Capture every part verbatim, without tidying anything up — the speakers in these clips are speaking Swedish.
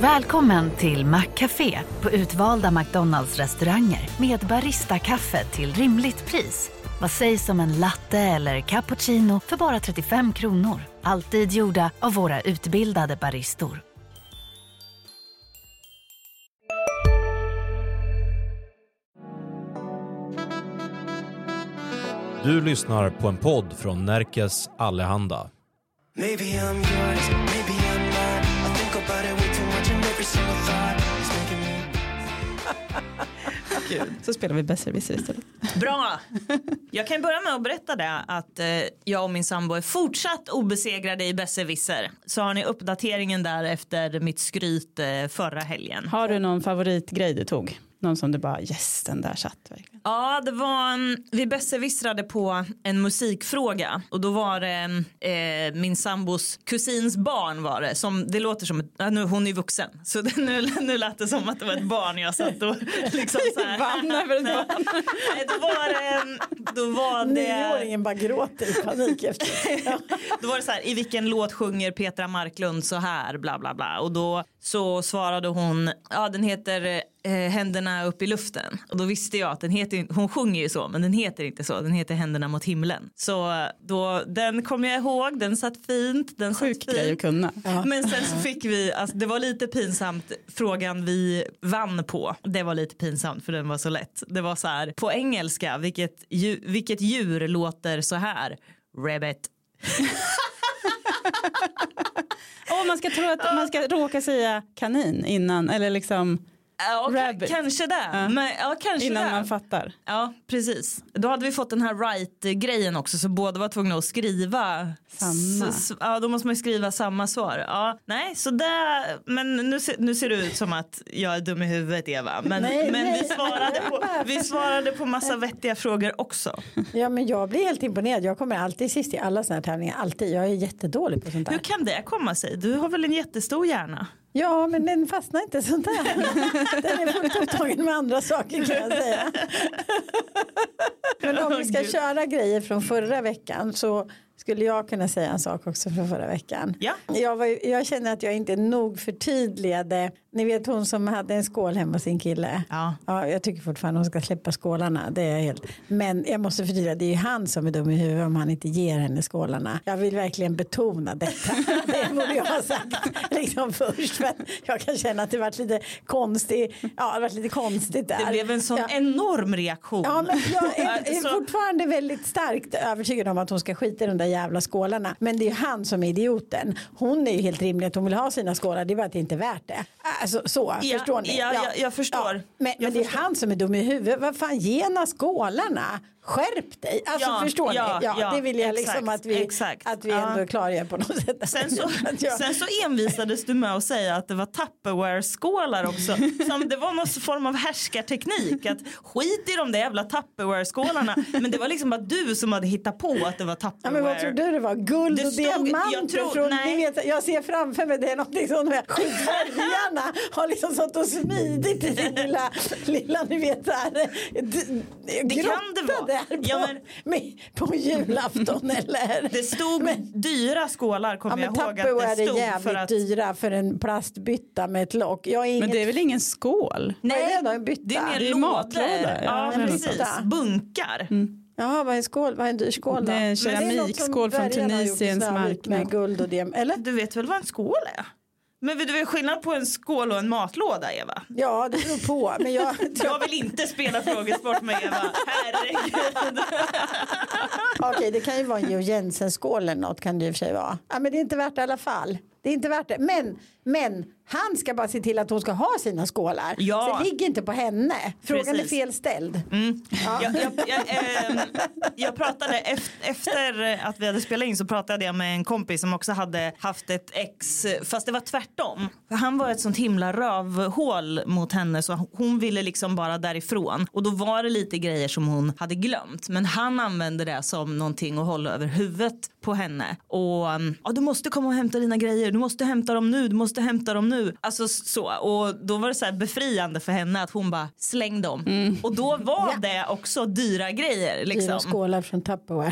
Välkommen till Maccafé på utvalda McDonalds-restauranger med barista-kaffe till rimligt pris. Vad sägs om en latte eller cappuccino för bara trettiofem kronor? Alltid gjorda av våra utbildade baristor. Du lyssnar på en podd från Närkes Allehanda. Maybe I'm yours, maybe I'm not. I think about it way too much and every single thought is making me. Gud. Så spelar vi besserwisser istället. Bra! Jag kan börja med att berätta det att eh, jag och min sambo är fortsatt obesegrade i besserwisser. Så har ni uppdateringen där efter mitt skryt eh, förra helgen. Har du någon favoritgrej du tog? Någon som du bara, yes, den där satt verkligen. Ja, det var en, vi besserwissrade på en musikfråga. Och då var det eh, min sambos kusins barn var det. Som, det låter som, ja, nu, hon är vuxen. Så det, nu, nu lät det som att det var ett barn jag satt och liksom så här. Vann över ett barn. Nej, då var det... Då var det nioåringen bara gråter i panik efter. Då var det så här, i vilken låt sjunger Petra Marklund så här, bla bla bla. Och då så svarade hon, ja den heter eh, Händerna upp i luften. Och då visste jag att den heter, hon sjunger ju så, men den heter inte så. Den heter Händerna mot himlen. Så då, den kom jag ihåg, den satt fint. Den Sjuk satt grej att kunna. Ja. Men sen så fick vi, alltså, det var lite pinsamt, frågan vi vann på. Det var lite pinsamt för den var så lätt. Det var så här, på engelska, vilket, djur, vilket djur låter så här? Rabbit. Och man ska tro att man ska råka säga kanin innan, eller liksom Ja, rabbit. Kanske det. Ja. Men, ja, kanske innan det. man fattar. Ja, precis. Då hade vi fått den här right-grejen också, så båda var tvungna att skriva samma. S- ja, då måste man skriva samma svar. Ja, nej, så där, men nu, ser, nu ser det ut som att jag är dum i huvudet, Eva. Men, Nej, men nej. vi, svarade på, vi svarade på massa vettiga frågor också. Ja, men jag blir helt imponerad. Jag kommer alltid sist i alla såna här tävlingar. Alltid. Jag är jättedålig på sånt där. Hur kan det komma sig? Du har väl en jättestor hjärna? Ja, men den fastnar inte sånt där. Den är fullt upptagen med andra saker, kan jag säga. Men om vi ska köra grejer från förra veckan så skulle jag kunna säga en sak också från förra veckan. Ja. Jag, var, jag känner att jag inte nog förtydligade. Ni vet hon som hade en skål hemma hos sin kille. Ja. Ja, jag tycker fortfarande hon ska släppa skålarna. Det är helt. Men jag måste förtydliga, det är ju han som är dum i huvudet om han inte ger henne skålarna. Jag vill verkligen betona detta. Det borde jag ha sagt liksom först. För jag kan känna att det varit lite konstigt. Ja, det varit lite konstigt där. Det blev en sån ja. enorm reaktion. Ja, men jag är, är Så- fortfarande väldigt starkt övertygad om att hon ska skita i de där jävla skålarna. Men det är han som är idioten. Hon är ju helt rimlig att hon vill ha sina skålar. Det är bara att det inte är värt det. Alltså så, Ja, förstår ni? ja, jag- jag förstår. Ja. Men, Jag men det är förstår. han som är dum i huvudet. Vad fan, ge henne skålarna. Skärp dig. Alltså Ja, förstår ja, ni? Ja, ja, det vill jag exakt, liksom att vi, exakt. att vi Ja. ändå klargör på något sätt. Sen så, Att jag- sen så envisades du med att säga att det var Tupperware-skålar också. Som det var någon form av härskarteknik. Att skit i de där jävla Tupperware-skålarna. Men det var liksom bara du som hade hittat på att det var Tupperware. Ja, men vad tror du det var? Guld Det och stod- diamanter jag tror- från, nej. ni vet, jag ser framför mig det är någonting som de här skyddsvärjarna har liksom sånt och smidigt i sin lilla, lilla ni vet där d- Det kan det grotta vara. där på, Ja, men- med, på julafton eller? Det stod Men- dyra skålar, kommer Ja, men jag ihåg att Tupperware det är stod jävligt för att... dyra för en plastbytta med ett lock. Jag är inget... Men det är väl ingen skål? Vad är det då? En bytta? Det är mer Det är lådor. matlådor. Ja, Ja, precis. bytta. Bunkar. Jaha, vad är en skål? Vad är en dyr skål då? Det är en Men keramikskål något som från dvärgarna har gjort Tunisiens så här marknad. med guld och diamant. Eller? Du vet väl vad en skål är? Men vet du vad skillnad på en skål och en matlåda, Eva? Ja, det beror på. Men jag tror... Jag vill inte spela frågesport med Eva. Herregud. Okej, det kan ju vara en Geo Jensen-skål eller något kan det ju för sig vara. Ja, men det är inte värt det i alla fall. Det är inte värt det. Men, men han ska bara se till att hon ska ha sina skålar. Ja. Så det ligger inte på henne. Frågan Precis. är fel ställd. Mm. Jag, jag, jag, eh, jag pratade efter, efter att vi hade spelat in så pratade jag med en kompis som också hade haft ett ex, fast det var tvärtom. För han var ett sånt himla rövhål mot henne så hon ville liksom bara därifrån. Och då var det lite grejer som hon hade glömt. Men han använde det som någonting att hålla över huvudet på henne. Och ja, du måste komma och hämta dina grejer. du måste hämta dem nu, du måste hämta dem nu. Alltså så, och då var det så här befriande för henne att hon bara släng dem. Mm. Och då var ja. det också dyra grejer. Liksom. Dyra skålar från Tupperware.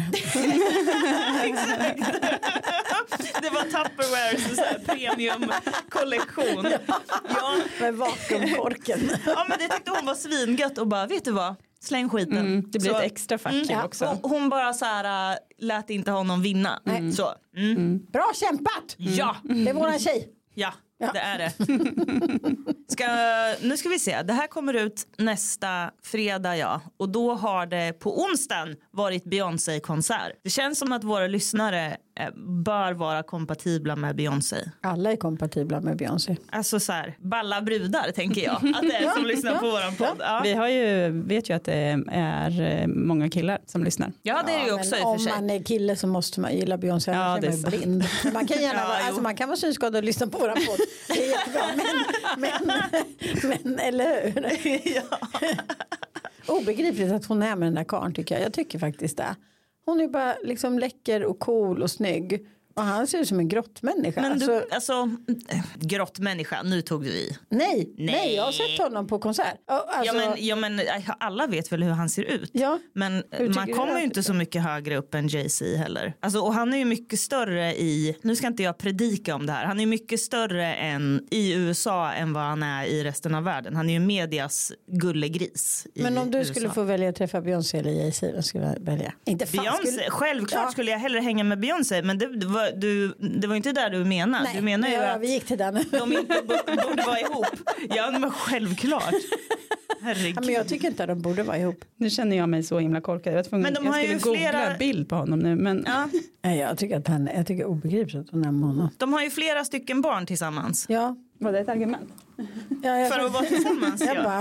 Exakt. Det var Tupperware, så här premiumkollektion. Ja. Ja. Med vakuumkorken. Ja, men det tyckte hon var svingött och bara, vet du vad? Släng skiten. Mm, det blir så, ett extra fack mm, också. Hon, hon bara så här lät inte honom vinna. Mm. Så. Mm. Mm. Bra kämpat! Mm. Ja. Det är våran tjej. Ja, ja, det är det. Ska, nu ska vi se. Det här kommer ut nästa fredag, ja. Och då har det på onsdagen varit Beyoncé-konsert. Det känns som att våra lyssnare bör vara kompatibla med Beyoncé. Alla är kompatibla med Beyoncé. Alltså så här, balla brudar tänker jag. Att det är som lyssnar på våran podd. Ja. Vi har ju, vet ju att det är många killar som lyssnar. Ja, det är det ju också i och för sig. Om man är kille så måste man gilla Beyoncé. Ja, det är man blind. Man kan gärna ja, vara, alltså man kan vara synskadad och lyssna på våran podd. Det är jättebra. Men, men, men eller hur? Ja. Obegripligt att hon är med den där karln tycker jag. Jag tycker faktiskt det. Hon är bara liksom läcker och cool och snygg. Och han ser ut som en grottmänniska. Men alltså, du, alltså, grottmänniska, nu tog du i. Nej, nej, nej, jag har sett honom på konsert. Alltså, ja, men, ja, men alla vet väl hur han ser ut. Ja. Men man kommer ju inte så mycket högre upp än Jay-Z heller. Alltså, och han är ju mycket större i, nu ska inte jag predika om det här. Han är mycket större än i U S A än vad han är i resten av världen. Han är ju medias gullegris. Men om du U S A. skulle få välja att träffa Beyoncé eller Jay-Z, vad skulle jag välja? Inte fan, Beyoncé, skulle... självklart ja. skulle jag hellre hänga med Beyoncé. Men det, det, var, du, det var inte där du menade. Nej, du menar ju ja, att vi gick till den. de inte borde vara ihop. Ja, men självklart. Herregud. Ja, men jag tycker inte att de borde vara ihop. Nu känner jag mig så himla korkad. Jag, tvungen, men de jag har skulle ju googla flera... bild på honom nu. Men... Ja. Nej, jag tycker att han, jag tycker obegripligt att hon är med honom. De har ju flera stycken barn tillsammans. Ja. Var det ett argument? Ja, jag... För att vara tillsammans, jag ja. bara...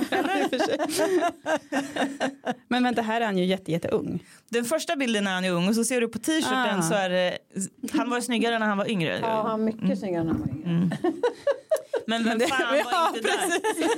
Men vänta, här är han ju jätte, jätte ung. Den första bilden är han är ung och så ser du på t-shirten ah. så är det, han var snyggare när han var yngre. Ja, han var mycket mm. snyggare när han var yngre. Mm. Men vem fan var ja, inte där?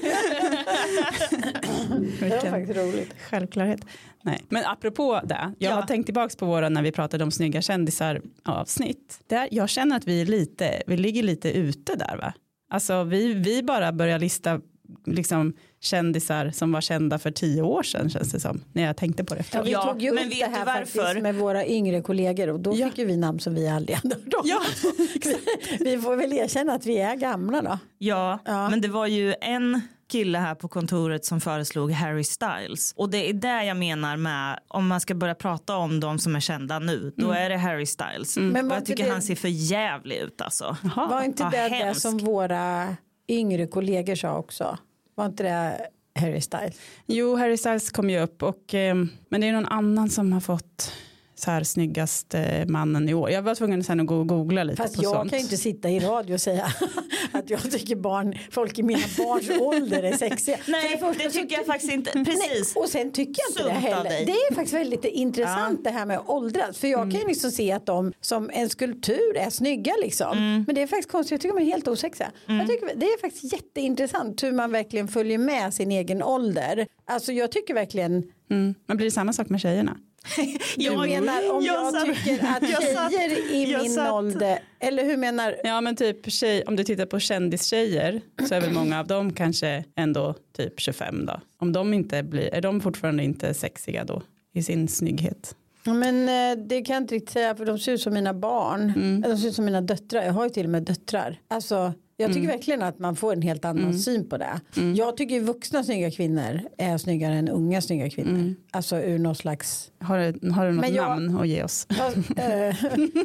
Det var faktiskt roligt. Självklarhet. Nej. Men apropå det, jag ja. har tänkt tillbaka på våra när vi pratade om snygga kändisar avsnitt. Där, jag känner att vi är lite, vi ligger lite ute där va? Alltså vi, vi bara börjar lista liksom kändisar som var kända för tio år sedan känns det som. När jag tänkte på det efter. Ja, vi ja, tog ju men upp vet det här du varför? faktiskt med våra yngre kollegor och då ja. fick ju vi namn som vi aldrig hade hört om. Ja, vi, vi får väl erkänna att vi är gamla då. Ja, ja, men det var ju en kille här på kontoret som föreslog Harry Styles. Och det är det jag menar med om man ska börja prata om de som är kända nu. Då mm. är det Harry Styles. Mm. Men och jag tycker det... han ser för jävlig ut alltså. Aha. Var inte det ja, det som våra yngre kollegor sa också? Var inte det Harry Styles? Jo, Harry Styles kom ju upp och, eh, men det är någon annan som har fått så här snyggaste mannen i år. Jag var tvungen sen att gå och googla lite Fast på jag sånt. kan ju inte sitta i radio och säga att jag tycker barn, folk i mina barns ålder är sexiga. Nej, det, det tycker jag faktiskt inte. Precis. Nej, och sen tycker jag inte Sunt det heller. Det är faktiskt väldigt intressant ja. det här med åldras. För jag mm. kan ju liksom se att de som en skulptur är snygga liksom. Mm. Men det är faktiskt konstigt. Jag tycker de är helt osexiga. Mm. Jag tycker det är faktiskt jätteintressant hur man verkligen följer med sin egen ålder. Alltså jag tycker verkligen... Mm. Men blir det samma sak med tjejerna? Du jag, menar om jag, jag tycker att tjejer satt, i min satt. ålder, eller hur menar? Ja men typ tjej, om du tittar på kändistjejer så är väl många av dem kanske ändå typ tjugofem då. Om de inte blir, är de fortfarande inte sexiga då i sin snygghet? Men det kan jag inte riktigt säga för de ser ut som mina barn. Mm. De ser ut som mina döttrar, jag har ju till och med döttrar. Alltså jag tycker mm. verkligen att man får en helt annan mm. syn på det. Mm. Jag tycker vuxna snygga kvinnor är snyggare än unga snygga kvinnor. Mm. Alltså ur någon slags... Har du, har du något jag, namn att ge oss? Jag, äh,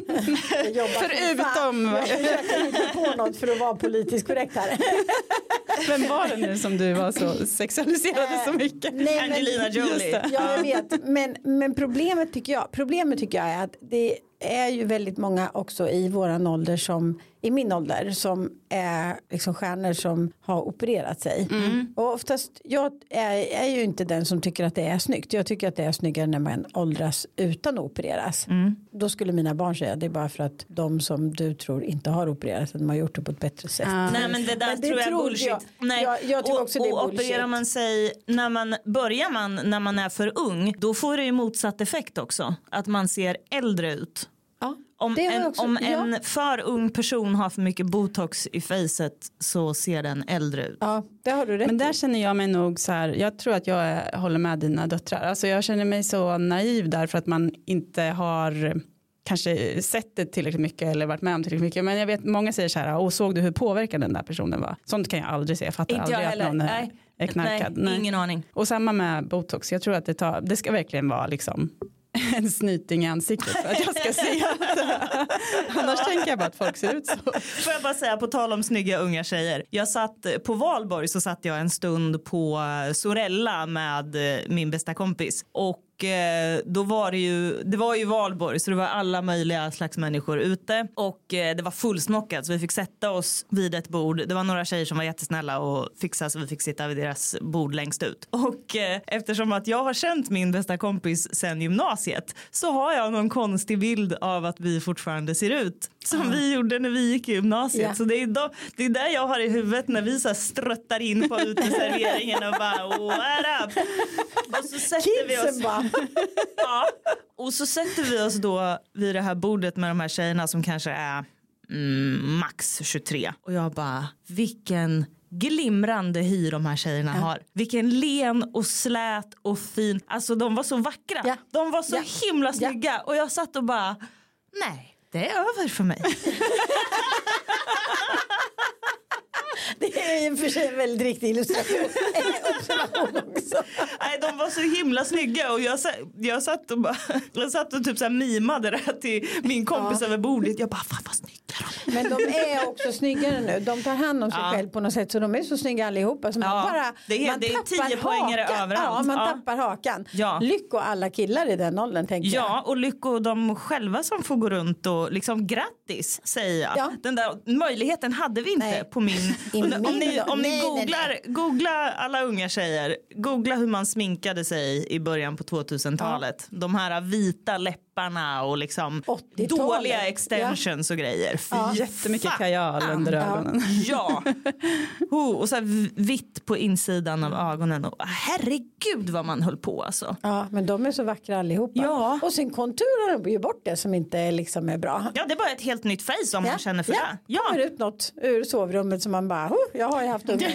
jag Förutom... Jag, jag kan inte på något för att vara politiskt korrekt här. Vem var det nu som du var så sexualiserade äh, så mycket? Nej, Angelina men, Jolie. Ja, jag vet. Men, men problemet tycker jag problemet tycker jag är att det är ju väldigt många också i våran ålder som i min ålder som är liksom stjärnor som har opererat sig. Mm. Och oftast, jag är, är ju inte den som tycker att det är snyggt. Jag tycker att det är snyggare när man åldras utan att opereras. Mm. Då skulle mina barn säga det är bara för att de som du tror inte har opererats, att de har gjort det på ett bättre sätt. Ah. Nej men det där men det tror jag är bullshit. Jag, Nej. Jag, jag tror också och, det är bullshit. Och opererar man sig, när man börjar man när man är för ung, då får det ju motsatt effekt också. Att man ser äldre ut. Ja. Om, Det har en, jag också- om en ja. för ung person har för mycket botox i facet så ser den äldre ut. Ja, det har du rätt Men där i. känner jag mig nog så här, jag tror att jag är, håller med dina döttrar. Alltså jag känner mig så naiv där för att man inte har kanske sett det tillräckligt mycket eller varit med om tillräckligt mycket. Men jag vet, många säger så här, och såg du hur påverkad den där personen var? Sånt kan jag aldrig se, jag fattar Inte jag aldrig heller. att någon är, Nej. är knarkad. Nej, ingen aning. Och samma med botox, jag tror att det, tar, det ska verkligen vara liksom en snyting i ansiktet för att jag ska se det. Annars tänker jag bara att folk ser ut så. Får jag bara säga, på tal om snygga unga tjejer. Jag satt på Valborg, så satt jag en stund på Sorella med min bästa kompis. Och då var det ju, det var ju Valborg, så det var alla möjliga slags människor ute. Och det var fullsmockat, så vi fick sätta oss vid ett bord. Det var några tjejer som var jättesnälla och fixade, så vi fick sitta vid deras bord längst ut. Och eftersom att jag har känt min bästa kompis sedan gymnasiet, så har jag någon konstig bild av att vi fortfarande ser ut som ah. vi gjorde när vi gick i gymnasiet. Yeah. Så det är, då, det är där jag har i huvudet när vi så här struttar in på uteserveringen och bara what up? Och så sätter vi oss ja, och så sätter vi oss då vid det här bordet med de här tjejerna som kanske är mm, max tjugotre. Och jag bara, vilken glimrande hy de här tjejerna ja. har. Vilken len och slät och fin. Alltså de var så vackra. Ja. De var så ja. himla snygga. Ja. Och jag satt och bara, nej, det är över för mig. Det är ju för sig en väldigt riktig illustration. Observation också. Nej, de var så himla snygga och jag, jag satt och bara, jag satt och typ så här mimade det till min kompis ja. över bordet. Jag bara, fan vad snygga de är. Men de är också snyggare nu. De tar hand om sig ja. själv på något sätt, så de är så snygga allihopa. Så man ja, bara, det är, man det är tio poängare överallt. Ja, man ja. tappar hakan. Ja. Lycko alla killar i den åldern, tänker ja, jag. Ja, och lycko de själva som får gå runt och liksom grattis, säger jag. Ja. Den där möjligheten hade vi inte nej. på min... om ni, om ni nej, googlar, nej, nej. googla alla unga tjejer, googla hur man sminkade sig i början på tvåtusentalet. Ja. De här vita läpparna och liksom dåliga extensions ja. och grejer. Ja. Jättemycket kajal under ögonen. Ja. Oh, och så här vitt på insidan av ögonen. Och herregud vad man höll på alltså. Ja, men de är så vackra allihopa. Ja. Och sen konturar de ju bort det som inte liksom är bra. Ja, det är bara ett helt nytt face om ja. man känner för ja. det. Ja, kommer ut något ur sovrummet som man bara, oh, jag har ju haft ungar.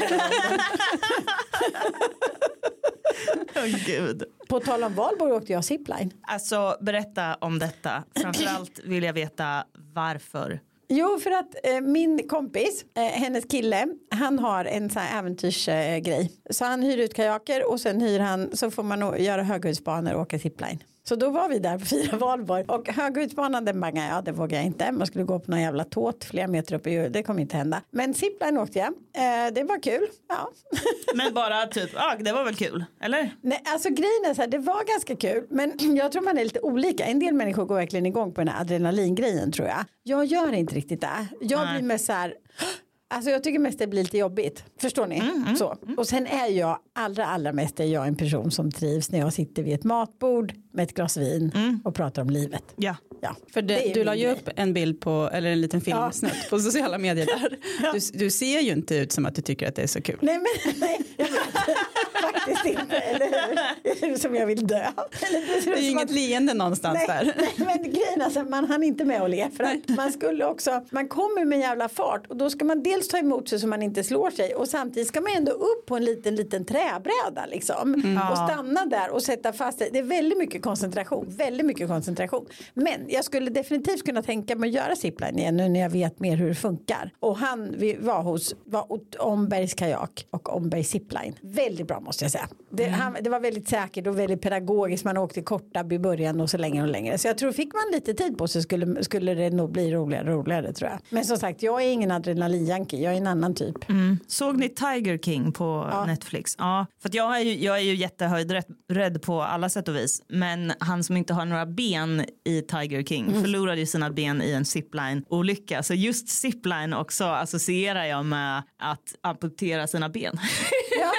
oh, Gud. På tal om Valborg åkte jag zipline. Alltså, berätta om detta. Framförallt vill jag veta varför. Jo, för att eh, min kompis, eh, hennes kille, han har en sån här äventyrsgrej. Eh, så han hyr ut kajaker och sen hyr han, så får man göra höghöjdsbanor och åka zipline. Så då var vi där på fyra Valborg. Och höghöjdsbanan, den bangade jag, det vågar jag inte. Man skulle gå på någon jävla tåt flera meter upp i jord. Det kommer inte hända. Men zipline åkte jag. Eh, det var kul, ja. Men bara typ, ja, det var väl kul, eller? Nej, alltså grejen är så här, det var ganska kul. Men jag tror man är lite olika. En del människor går verkligen igång på den här adrenalingrejen, tror jag. Jag gör inte riktigt det. Jag Nej. blir med så här... Alltså jag tycker mest det blir lite jobbigt. Förstår ni? Mm, mm, så. Mm. Och sen är jag allra allra mest är jag en person som trivs när jag sitter vid ett matbord med ett glas vin mm. och pratar om livet. Ja. Ja. För det, du la ju upp en bild på, eller en liten filmsnutt ja. på sociala medier där. Ja. Du, du ser ju inte ut som att du tycker att det är så kul. Nej, men nej, jag vet faktiskt inte. Eller hur? Som jag vill dö. Eller, det är ju inget att, leende någonstans nej, där. Nej, men grejen alltså, man hann inte med att le. För att man skulle också, man kommer med jävla fart och då ska man dels ta emot sig så man inte slår sig och samtidigt ska man ändå upp på en liten liten träbräda liksom. Mm. Och stanna där och sätta fast sig. Det är väldigt mycket koncentration. Väldigt mycket koncentration. Men jag skulle definitivt kunna tänka mig att göra zipline igen nu när jag vet mer hur det funkar. Och han vi var hos var Ombergs kajak och Ombergs zipline. Väldigt bra måste jag säga. Det, mm. han, det var väldigt säkert och väldigt pedagogiskt. Man åkte korta i början och så längre och längre. Så jag tror fick man lite tid på sig skulle, skulle det nog bli roligare och roligare tror jag. Men som sagt, jag är ingen adrenalinjanke. Jag är en annan typ. Mm. Såg ni Tiger King på ja. Netflix? Ja. För att jag är ju, jag är ju jättehöjdrädd på alla sätt och vis. Men han som inte har några ben i Tiger King mm. förlorade ju sina ben i en zipline-olycka. Så just zipline också associerar jag med att amputera sina ben. Ja,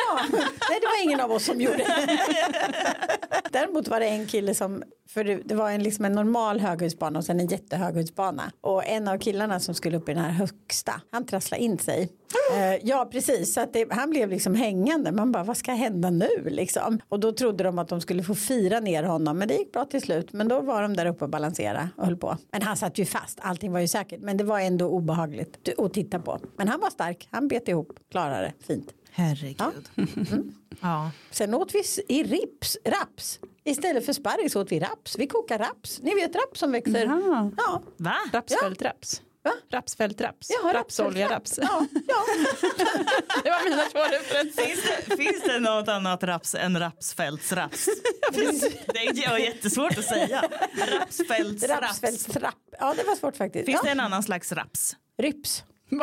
Ja, nej, det var ingen av oss som gjorde det. Däremot var det en kille som, för det var en, liksom en normal höghöjdsbana och sen en jättehöghöjdsbana. Och en av killarna som skulle upp i den här högsta, han trasslade in sig. Uh, ja, precis. Så att det, han blev liksom hängande. Man bara, vad ska hända nu liksom? Och då trodde de att de skulle få fira ner honom. Men det gick bra till slut. Men då var de där uppe och balansera och höll på. Men han satt ju fast. Allting var ju säkert. Men det var ändå obehagligt att titta på. Men han var stark. Han bet ihop. Klarade det. Fint. Herregud. Ja. Mm. Ja. Sen åt vi i rips, raps. Istället för sparris åt vi raps. Vi kokar raps. Ni vet raps som växer. Jaha. Ja. Va? Rapsfält raps. Va? Rapsfält raps. Ja, Rapsolja raps. Ja, ja. Det var mina två referenser. Finns det, finns det något annat raps än rapsfältsraps? Det är ja, jättesvårt att säga. Rapsfältsraps. Rapsfältsrapp. Ja, det var svårt faktiskt. Finns ja. det en annan slags raps? Rips.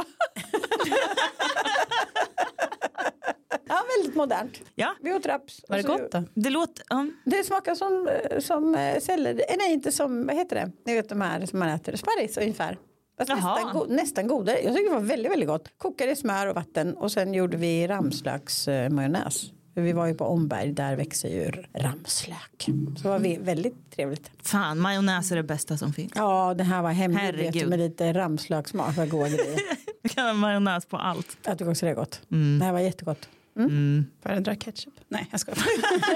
Ja, väldigt modernt. Ja. Vi åt raps. Var det Och så- gott då? Det låter... Um. Det smakar som, som eh, selleri. Eh, Nej, inte som, vad heter det? Ni vet de här som man äter. Sparris ungefär. Fast Jaha. nästan, go- nästan godare. Jag tycker det var väldigt, väldigt gott. Kokade i smör och vatten. Och sen gjorde vi ramslöks eh, majonnäs. För vi var ju på Omberg. Där växer ju ramslök. Så var vi väldigt trevligt. Fan, majonnäs är det bästa som finns. Ja, det här var hemligt Herregud. med lite ramslökssmak. Vad goda grejer. Du kan ha majonnäs på allt. Jag tycker också det är gott. Det här var jättegott. Föredrar ketchup. Nej, jag skojar.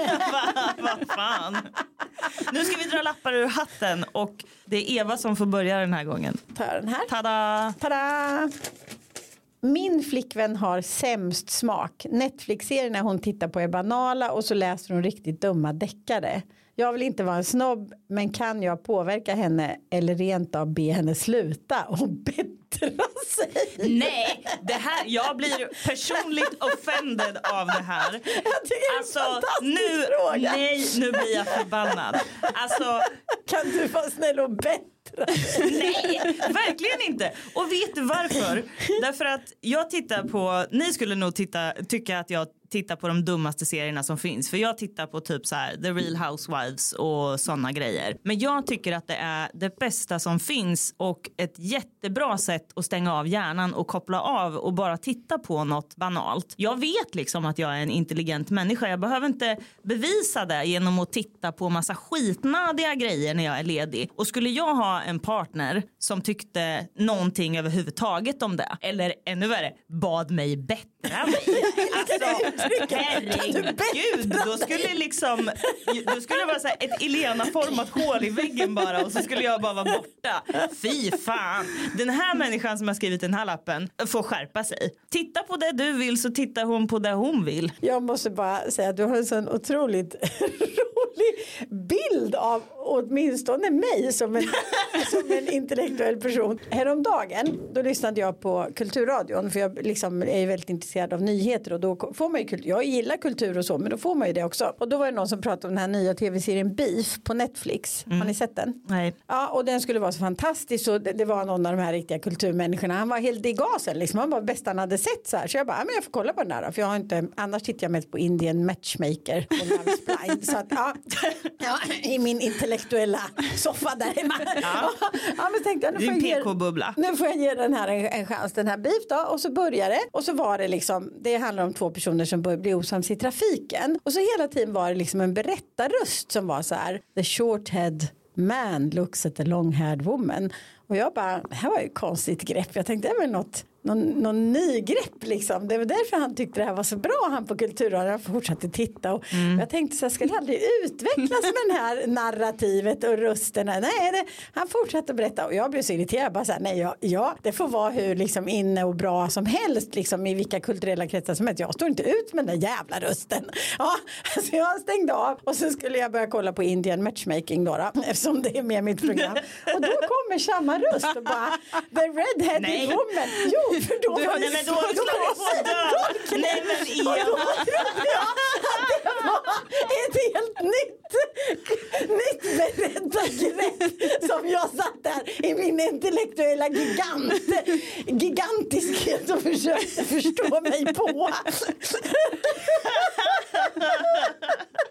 Vad fan. Nu ska vi dra lappar ur hatten och det är Eva som får börja den här gången. Ta den här. Tada! Tada! Min flickvän har sämst smak. Netflix-serien när hon tittar på är banala och så läser hon riktigt dumma deckare. Jag vill inte vara en snobb, men kan jag påverka henne eller rent av be henne sluta och bättra sig? Nej, det här, jag blir personligt offended av det här. Jag tycker Alltså, det är en fantastisk nu, fråga. nej, nu blir jag förbannad. Alltså, Kan du vara snäll och bättra? nej, verkligen inte. Och vet du varför? Därför att jag tittar på, ni skulle nog titta, tycka att jag tittar på de dummaste serierna som finns. För jag tittar på typ så här The Real Housewives och sådana grejer. Men jag tycker att det är det bästa som finns och ett jättebra sätt att stänga av hjärnan och koppla av och bara titta på något banalt. Jag vet liksom att jag är en intelligent människa. Jag behöver inte bevisa det genom att titta på massa skitnadiga grejer när jag är ledig. Och skulle jag ha en partner som tyckte någonting överhuvudtaget om det, eller ännu värre, bad mig bättra mig. Alltså, herregud, då skulle liksom då skulle det vara så här ett Elena-format hål i väggen bara och så skulle jag bara vara borta. Fy fan. Den här människan som har skrivit den här lappen får skärpa sig. Titta på det du vill så tittar hon på det hon vill. Jag måste bara säga att du har en sån otroligt rolig bild av åtminstone mig som en, som en intellektuell person. Häromdagen, då lyssnade jag på Kulturradion för jag liksom är väldigt intresserad av nyheter och då får man ju kultur. Jag gillar kultur och så, men då får man ju det också. Och då var det någon som pratade om den här nya tv-serien Beef på Netflix. Mm. Har ni sett den? Nej. Ja, och den skulle vara så fantastisk och det, det var någon av de här riktiga kulturmänniskorna. Han var helt i gasen liksom. Han var bäst han hade sett så här. Så jag bara, ja, men jag får kolla på den här då. För jag har inte, annars tittar jag mest på Indian Matchmaker och Love is Blind. Så att, ja, ja, i min intellektuella soffa där hemma. Ja, ja men tänkte jag, nu får Din jag P K-bubbla. ge, nu får jag ge den här en, en chans, den här Beef då. Och så börjar det. Och så var det liksom, det handlar om två personer som börjar bli osams i trafiken. Och så hela tiden var det liksom en berättarröst som var så här, the short-head man looks at the long-haired woman. Och jag bara, det här var ju ett konstigt grepp. Jag tänkte, det är väl något, någon, någon ny grepp liksom. Det var därför han tyckte det här var så bra, han på Kulturradion. Han fortsatte titta och mm. jag tänkte så här, ska det aldrig utvecklas med den här narrativet och rösterna? Nej, det, han fortsatte berätta och jag blev så irriterad. Bara så här, nej, ja, ja, det får vara hur liksom inne och bra som helst liksom i vilka kulturella kretsar som helst. Jag står inte ut med den där jävla rösten. Ja, alltså jag stängde av och så skulle jag börja kolla på Indian Matchmaking då, då eftersom det är med mitt program. Och då kommer samma röst och bara, the red-headed Nej. woman. Jo, för då Du, var nej, det men då så skulle du få dö. Nej, men och då Eva. trodde jag att det var ett helt nytt nytt berättargrepp som jag satt där i min intellektuella gigant gigantiskhet och försökte förstå mig på.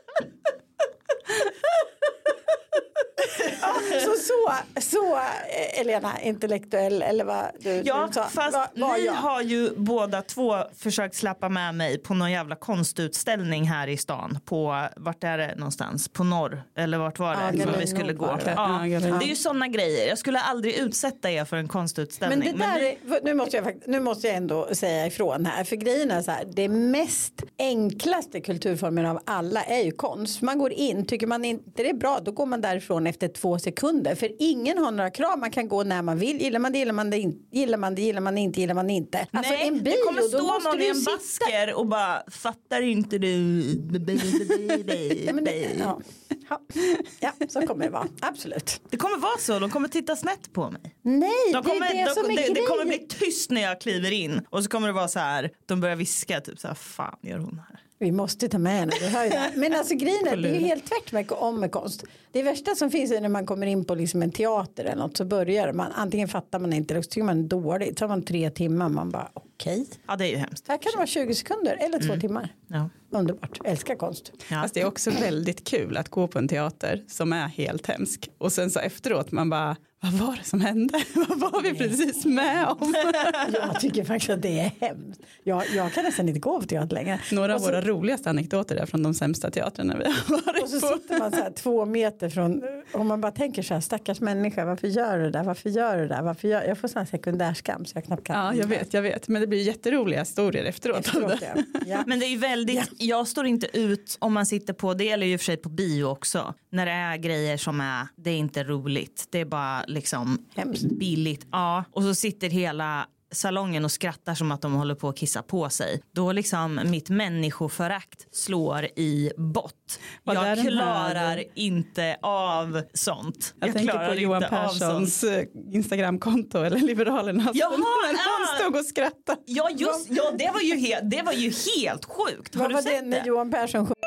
Ja, så, så, så Elena, intellektuell eller vad du, Ja, du sa? fast Va, var ni jag? har ju båda två försökt släppa med mig på någon jävla konstutställning här i stan. På, vart är det någonstans? På norr? Eller vart var det? Ja, som Galleria vi skulle Nord gå? var det. Ja, Ja, det är ju sådana grejer. Jag skulle aldrig utsätta er för en konstutställning. Men det där ni... är, nu, måste jag, fakt- nu måste jag ändå säga ifrån här. För grejen är så här, det mest enklaste kulturformen av alla är ju konst. Man går in, tycker man inte det är bra, då går man därifrån efter två sekunder. För ingen har några krav, man kan gå när man vill. Gillar man det, gillar man det inte, gillar man det, gillar man inte, gillar man inte. Alltså Nej, en bio, det kommer då stå måste någon du i en sitta. basker och bara, fattar inte du? Ja, men det, ja. Ja. ja, så kommer det vara. Absolut. Det kommer vara så, de kommer titta snett på mig. Nej, De kommer, det är det de, som är det, grejen. det kommer bli tyst när jag kliver in. Och så kommer det vara så här, de börjar viska typ så här, fan gör hon här? Vi måste ta med henne, det hör ju det. Men alltså grejen är, det är ju helt tvärt med, om med konst. Det värsta som finns är när man kommer in på liksom en teater eller något, så börjar man, antingen fattar man inte eller så tycker man det är dåligt. Så har man tre timmar, man bara okej. Okay. Ja, det är ju hemskt. Här kan det vara tjugo sekunder eller två timmar. Ja. Underbart, älskar konst. Ja. Fast det är också väldigt kul att gå på en teater som är helt hemsk. Och sen så efteråt man bara, vad var det som hände? Vad var vi precis med om? Jag tycker faktiskt att det är hemskt. Jag, jag kan nästan inte gå på teater längre. Några av Och så- våra roligaste anekdoter är från de sämsta teatrarna vi har varit Och så på. sitter man så här två meter från, och man bara tänker så här, stackars människa, varför gör du det där, varför gör du det där, varför gör, jag får sån här sekundärskam så jag knappt kan. Ja, jag vet, jag vet. Men det blir jätteroliga historier efteråt. Efteråt, ja. Ja. Men det är ju väldigt, jag står inte ut om man sitter på, det gäller ju för sig på bio också. När det är grejer som är, det är inte roligt. Det är bara liksom Hemskt. billigt. Ja, och så sitter hela salongen och skrattar som att de håller på att kissa på sig. Då liksom mitt människoförakt slår i bott. Var det Jag den här- klarar inte av sånt. Jag, tänker klarar på Johan inte av Perssons sånt. eh, Instagramkonto eller Liberalernas. Jaha, när ja. han stod och skrattade. Ja, just, ja det, var ju he- det var ju helt sjukt. Har Vad du var sett det när det? Johan Persson sjöng?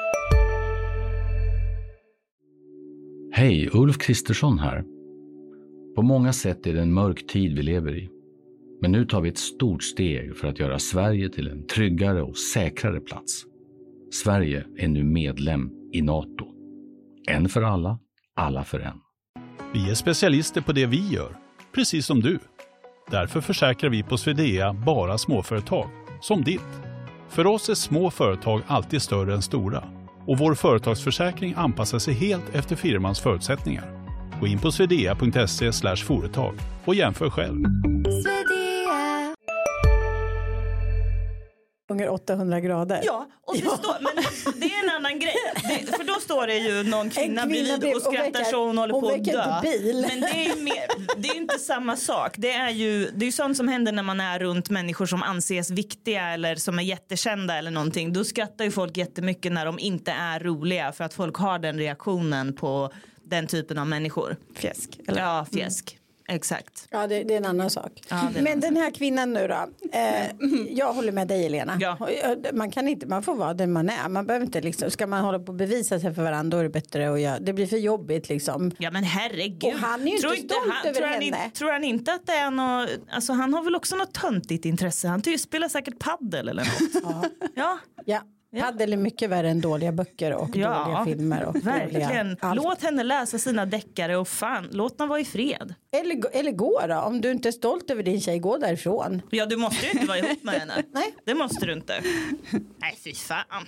Hej, Ulf Kristersson här. På många sätt är det en mörk tid vi lever i. Men nu tar vi ett stort steg för att göra Sverige till en tryggare och säkrare plats. Sverige är nu medlem i NATO. En för alla, alla för en. Vi är specialister på det vi gör, precis som du. Därför försäkrar vi på Swedea bara småföretag, som ditt. För oss är små företag alltid större än stora. Och vår företagsförsäkring anpassar sig helt efter firmans förutsättningar. Gå in på swedea punkt se slash företag och jämför själv. Gånger åttahundra grader. Ja, och det, står, men det är en annan grej. Det, för då står det ju någon kvinna, kvinna bredvid bredvid och och skrattar väcker- så hon håller hon på att väcker dö. inte bil. Men det är ju mer, det är ju inte samma sak. Det är ju det är ju sånt som händer när man är runt människor som anses viktiga eller som är jättekända eller någonting. Då skrattar ju folk jättemycket när de inte är roliga för att folk har den reaktionen på den typen av människor. Fjäsk. Eller? Ja, fjäsk. Exakt. Ja, det, det är en annan sak. Ja, det är en Men annan den här kvinnan nu då. Eh, jag håller med dig, Elena. Ja. Och, eh, Man kan inte, man får vara den man är. Man behöver inte liksom, ska man hålla på och bevisa sig för varandra, då är det bättre att göra. Det blir för jobbigt liksom. Ja men herregud. Och han är ju tror inte stolt han, över tror han, henne. in- Tror han inte att det är något, alltså han har väl också något töntigt intresse. Han ty- spelar säkert paddel eller något. Ja. Ja. Ja. Ja. Paddel är mycket värre än dåliga böcker och Ja, dåliga filmer. Och verkligen. dåliga allt. Låt henne läsa sina deckare och fan, låt henne vara i fred. Eller, gå- eller gå då. Om du inte är stolt över din tjej, gå därifrån. Ja, du måste ju inte vara ihop med henne. Nej. Det måste du inte. Nej, fy fan.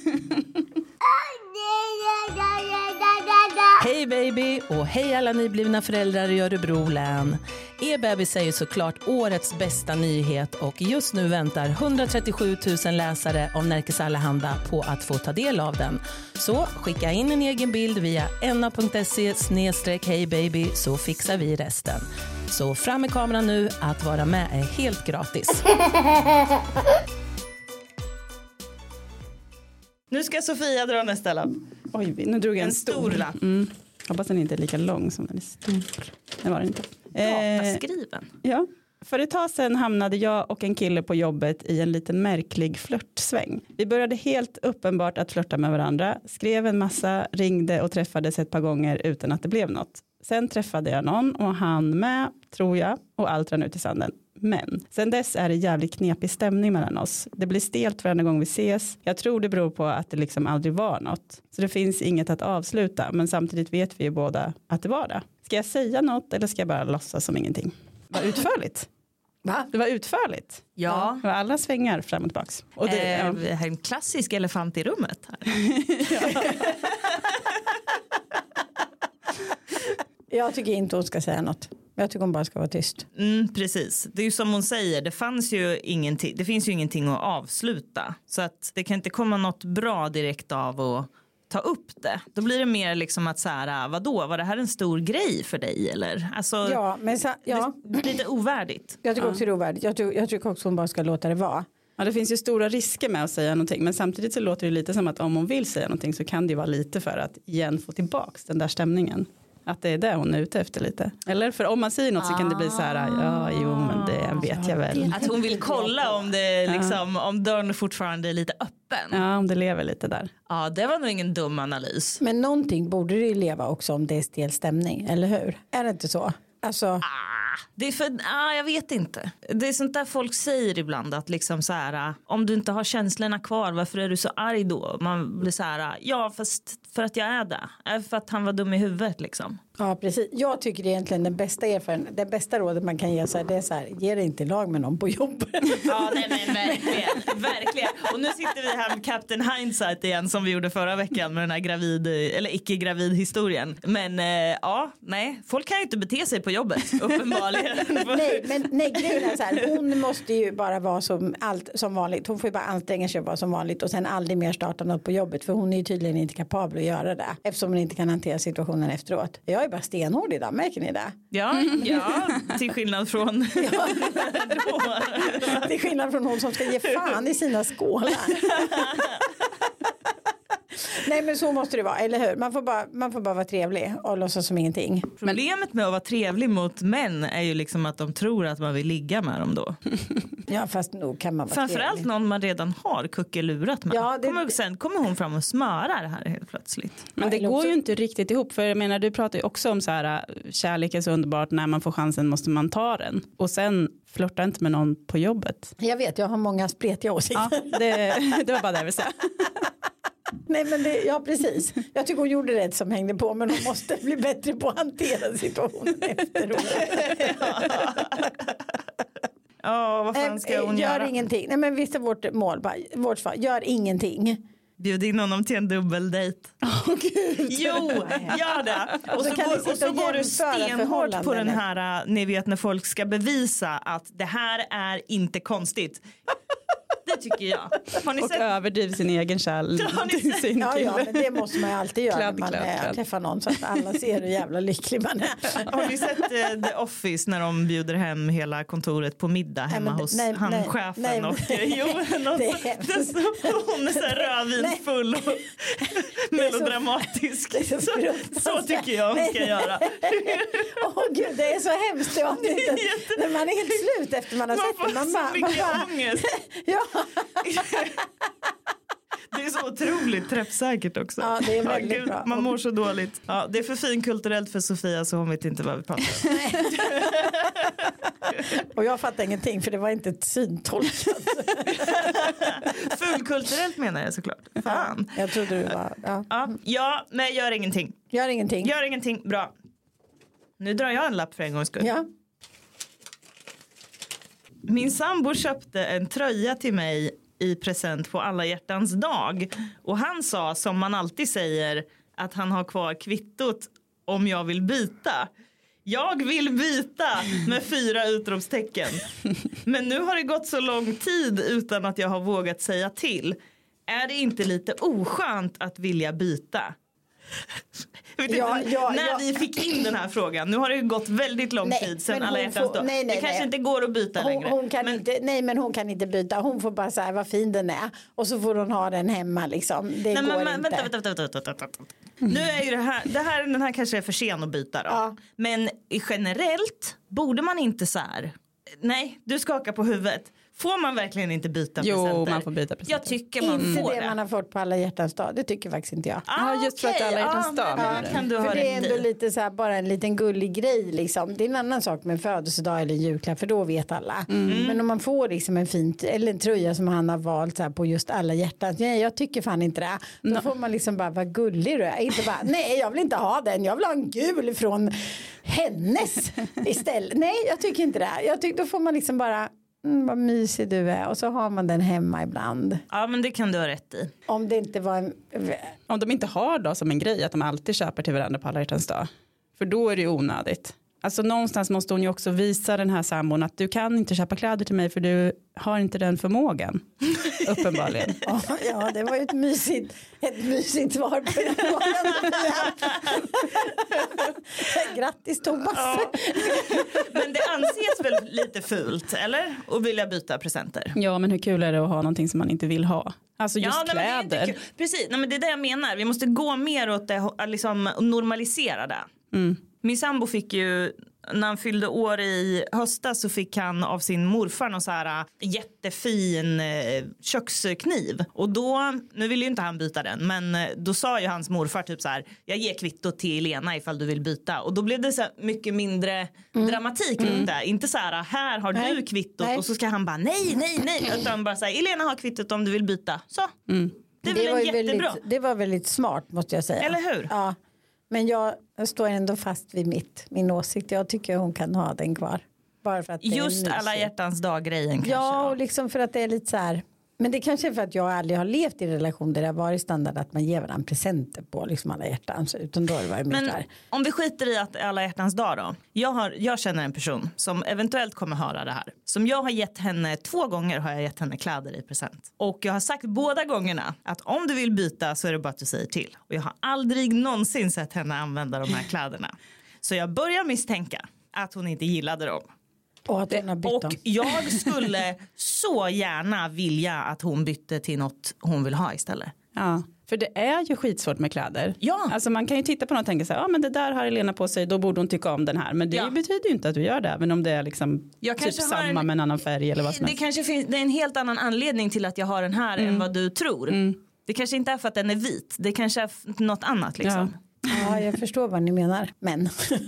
Hej baby och hej alla nyblivna föräldrar i Örebro län. Er bebis är ju såklart årets bästa nyhet och just nu väntar hundratrettiosju tusen läsare av Närkes Allehanda på att få ta del av den. Så skicka in en egen bild via enna punkt se snedstreck hej baby så fixar vi resten. Så fram med kameran nu, att vara med är helt gratis. Nu ska Sofia dra nästa lapp. Oj, nu drog jag en, En stor lapp. Mm. Hoppas den inte är lika lång som den är stor. Det var den inte. Eh, Dataskriven. ja. För ett tag sedan hamnade jag och en kille på jobbet i en liten märklig flörtsväng. Vi började helt uppenbart att flörta med varandra, skrev en massa, ringde och träffades ett par gånger utan att det blev något. Sen träffade jag någon och han med, tror jag, och allt rann ut i sanden. Men sen dess är det jävligt knepig stämning mellan oss. Det blir stelt varenda gång vi ses. Jag tror det beror på att det liksom aldrig var något. Så det finns inget att avsluta, men samtidigt vet vi ju båda att det var det. Ska jag säga något eller ska jag bara låtsas som ingenting? Det var utförligt. Va? Det var utförligt. Ja. Det var alla svängar fram och tillbaks. Och det, eh, ja. det här är en klassisk elefant i rummet här. Jag tycker inte hon ska säga något. Jag tycker hon bara ska vara tyst. Mm, precis. Det är ju som hon säger, det fanns ju ingenting, det finns ju ingenting att avsluta. Så att det kan inte komma något bra direkt av att ta upp det. Då blir det mer liksom att så här, vadå, var det här en stor grej för dig eller? Alltså, ja, men så, ja. Det, lite ovärdigt. Jag tycker också det är ovärdigt. Jag tycker, jag tycker också hon bara ska låta det vara. Ja, det finns ju stora risker med att säga någonting, men samtidigt så låter det lite som att om hon vill säga någonting så kan det ju vara lite för att igen få tillbaks den där stämningen. Att det är det hon är ute efter lite. Eller för om man säger något så kan det bli så här, ja jo men det vet jag väl. Att hon vill kolla om det liksom, om dörren fortfarande är lite öppen. Ja, om det lever lite där. Ja, det var nog ingen dum analys. Men någonting borde det ju leva också om det är stel stämning, eller hur? Är det inte så? Alltså... Ah, det är för, ah, jag vet inte. Det är sånt där folk säger ibland att liksom så här, om du inte har känslorna kvar, varför är du så arg då? Man blir så här, ja fast för att jag är det. För att han var dum i huvudet liksom. Ja, precis. Jag tycker egentligen den bästa erfarenheten, det bästa rådet man kan ge så här, det är så här, ge det inte lag med någon på jobbet. Ja, nej, nej, verkligen, verkligen. Och nu sitter vi här med Captain Hindsight igen som vi gjorde förra veckan med den här gravid, eller icke-gravid historien. Men eh, ja, nej, folk kan ju inte bete sig på jobbet, uppenbarligen. nej, men nej, grejen är så här, hon måste ju bara vara som, allt, som vanligt. Hon får ju bara anstränga sig och vara som vanligt och sen aldrig mer starta något på jobbet, för hon är ju tydligen inte kapabel att göra det eftersom hon inte kan hantera situationen efteråt. Jag är bara stenhård idag, märker ni det? Ja, ja, till skillnad från ja. Till skillnad från hon som ska ge fan i sina skålar. Nej, men så måste det vara, eller hur? Man får bara, man får bara vara trevlig och låtsas som ingenting. Problemet med att vara trevlig mot män är ju liksom att de tror att man vill ligga med dem då. Ja, fast nog kan man vara framförallt trevlig. Någon man redan har kuckelurat med. Ja, det... kommer, sen kommer hon fram och smörar det här helt plötsligt. Men det går ju inte riktigt ihop, för jag menar, du pratar ju också om så här, kärlek är så underbart, när man får chansen måste man ta den. Och sen flörta inte med någon på jobbet. Jag vet, jag har många spretiga åsikter. Ja, det, det var bara det jag ville säga. Nej, men det, ja, precis. Jag tycker hon gjorde rätt som hängde på, men hon måste bli bättre på att hantera situationen efteråt. Ja, vad fan ska hon gör göra? Ingenting. Nej, men visst är vårt mål, bara, vårt svar, gör ingenting. Bjud in honom till en dubbeldejt. Åh oh, gud. Jo, gör det. Och så, så, går, och så går du stenhårt på den här, ni vet när folk ska bevisa att det här är inte konstigt. Det tycker jag. Har ni och sett? överdriv sin egen kärl. Sin ja, ja, men det måste man ju alltid göra kladd, när man kladd, kladd. träffar någon så att alla ser hur jävla lycklig man är. Har ni sett uh, The Office när de bjuder hem hela kontoret på middag hemma nej, hos nej, han nej, chefen nej, och jo, något, det är så, hon är så rödvinsfull och melodramatisk. Så, så, så tycker jag hon ska nej, göra. Åh oh, gud, det är så hemskt. Det är när man är helt slut efter man har man sett det. Man får bara, så mycket man bara, ångest. Ja. Det är så otroligt träffsäkert också. Ja, det är väldigt ja, gud, bra. man mår så dåligt. Ja, det är för finkulturellt för Sofia så hon vet inte vad vi pratar om. Och jag fattar ingenting för det var inte ett syntolkat. Fulkulturellt menar jag såklart. Fan. Ja, jag trodde du var... Ja, ja, ja men gör ingenting. Gör ingenting. Gör ingenting, bra. Nu drar jag en lapp för en gångs skull. Ja. Min sambo köpte en tröja till mig i present på alla hjärtans dag. Och han sa, som man alltid säger, att han har kvar kvittot om jag vill byta. Jag vill byta med fyra utropstecken. Men nu har det gått så lång tid utan att jag har vågat säga till. Är det inte lite oskönt att vilja byta? Ja, inte, ja, när ja. vi fick in den här frågan. Nu har det ju gått väldigt lång nej, tid sedan alla hjärtans dag. Nej, nej, det kanske nej. inte går att byta hon, längre. Hon kan men... inte, nej, men hon kan inte byta. Hon får bara säga vad fin den är. Och så får hon ha den hemma liksom. Det nej, går men, inte. Vänta, vänta, vänta, vänta, vänta. Mm. Nu är ju det här, det här, den här kanske är för sen att byta då. Ja. Men generellt borde man inte så här. Nej, du skakar på huvudet. Får man verkligen inte byta jo, presenter? Jo, man får byta presenter. Jag tycker man inte får det. det. Inte man har fått på alla hjärtans dag. Det tycker faktiskt inte jag. Ah, ja, just för okay. att alla hjärtans dag. Ah, ja, kan du för ha det är ändå i. lite så här, bara en liten gullig grej liksom. Det är en annan sak med en födelsedag eller en julklapp, för då vet alla. Mm. Men om man får liksom en fin eller en tröja som han har valt så här, på just alla hjärtans. Nej, jag tycker fan inte det. Då no. får man liksom bara vara gullig. Då. Inte bara, nej, jag vill inte ha den. Jag vill ha en gul från hennes istället. Nej, jag tycker inte det. Jag tycker då får man liksom bara, mm, vad mysig du är. Och så har man den hemma ibland. Ja, men det kan du ha rätt i. Om det inte var en... Om de inte har då som en grej att de alltid köper till varandra på alla hjärtans dag. För då är det ju onödigt. Alltså någonstans måste hon ju också visa den här sambon att du kan inte köpa kläder till mig för du har inte den förmågan. Uppenbarligen. Ja, ja, det var ju ett mysigt, ett mysigt svar på den frågan. Grattis Thomas. Ja. Men det anses väl lite fult, eller? Och vilja byta presenter. Ja, men hur kul är det att ha någonting som man inte vill ha? Alltså just ja, nej, kläder. men det är precis, nej, men det är det jag menar. Vi måste gå mer åt det, liksom normalisera det. Mm. Min sambo fick ju, när han fyllde år i höstas så fick han av sin morfar någon så här jättefin eh, kökskniv. Och då, nu vill ju inte han byta den, men då sa ju hans morfar typ så här, jag ger kvitto till Elena ifall du vill byta. Och då blev det så mycket mindre mm. dramatik runt mm. det. Inte så här, här har nej. du kvittot nej. och så ska han bara nej, nej, nej. Utan bara så här, Elena har kvittot om du vill byta. Så, mm. det är det väl var jättebra. Väldigt, det var väldigt smart måste jag säga. Eller hur? Ja. Men jag står ändå fast vid mitt, min åsikt. Jag tycker hon kan ha den kvar. Bara för att det just är alla hjärtans dag-grejen kanske. Ja, och liksom för att det är lite så här. Men det kanske är för att jag aldrig har levt i en relation där det har varit standard att man ger varandra presenter på liksom alla hjärtans. Utan då har det varit men där. Om vi skiter i att alla hjärtans dag då. Jag, har, jag känner en person som eventuellt kommer höra det här. Som jag har gett henne, två gånger har jag gett henne kläder i present. Och jag har sagt båda gångerna att om du vill byta så är det bara att du säger till. Och jag har aldrig någonsin sett henne använda de här kläderna. Så jag börjar misstänka att hon inte gillade dem. Och, att hon och jag skulle så gärna vilja att hon bytte till något hon vill ha istället. Ja, för det är ju skitsvårt med kläder. Ja. Alltså man kan ju titta på något och tänka så här, ja men det där har Elena på sig, då borde hon tycka om den här. Men det ja. betyder ju inte att du gör det, även om det är liksom typ samma en, med en annan färg eller vad som det helst. Kanske finns, det är en helt annan anledning till att jag har den här mm. än vad du tror. Mm. Det kanske inte är för att den är vit, det kanske är något annat liksom. Ja, ja jag förstår vad ni menar, men...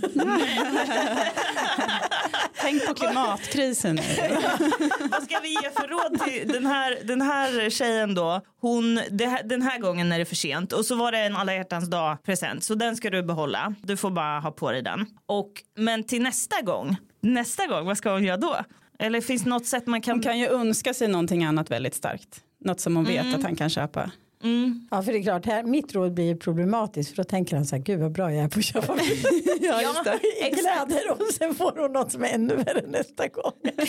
Tänk på klimatkrisen. Vad ska vi ge för råd till den här, den här tjejen då? Hon, det, den här gången är det för sent. Och så var det en alla hjärtans dag present. Så den ska du behålla. Du får bara ha på dig den. Och, men till nästa gång, nästa gång, vad ska hon göra då? Eller finns det något sätt man kan... Hon kan ju önska sig någonting annat väldigt starkt. Något som hon vet mm. att han kan köpa. Mm. Ja, för det är klart, här, mitt råd blir problematiskt för då tänker han så här, gud vad bra jag är på att köpa ja, just det. kläder och sen får hon något som är ännu värre nästa gång.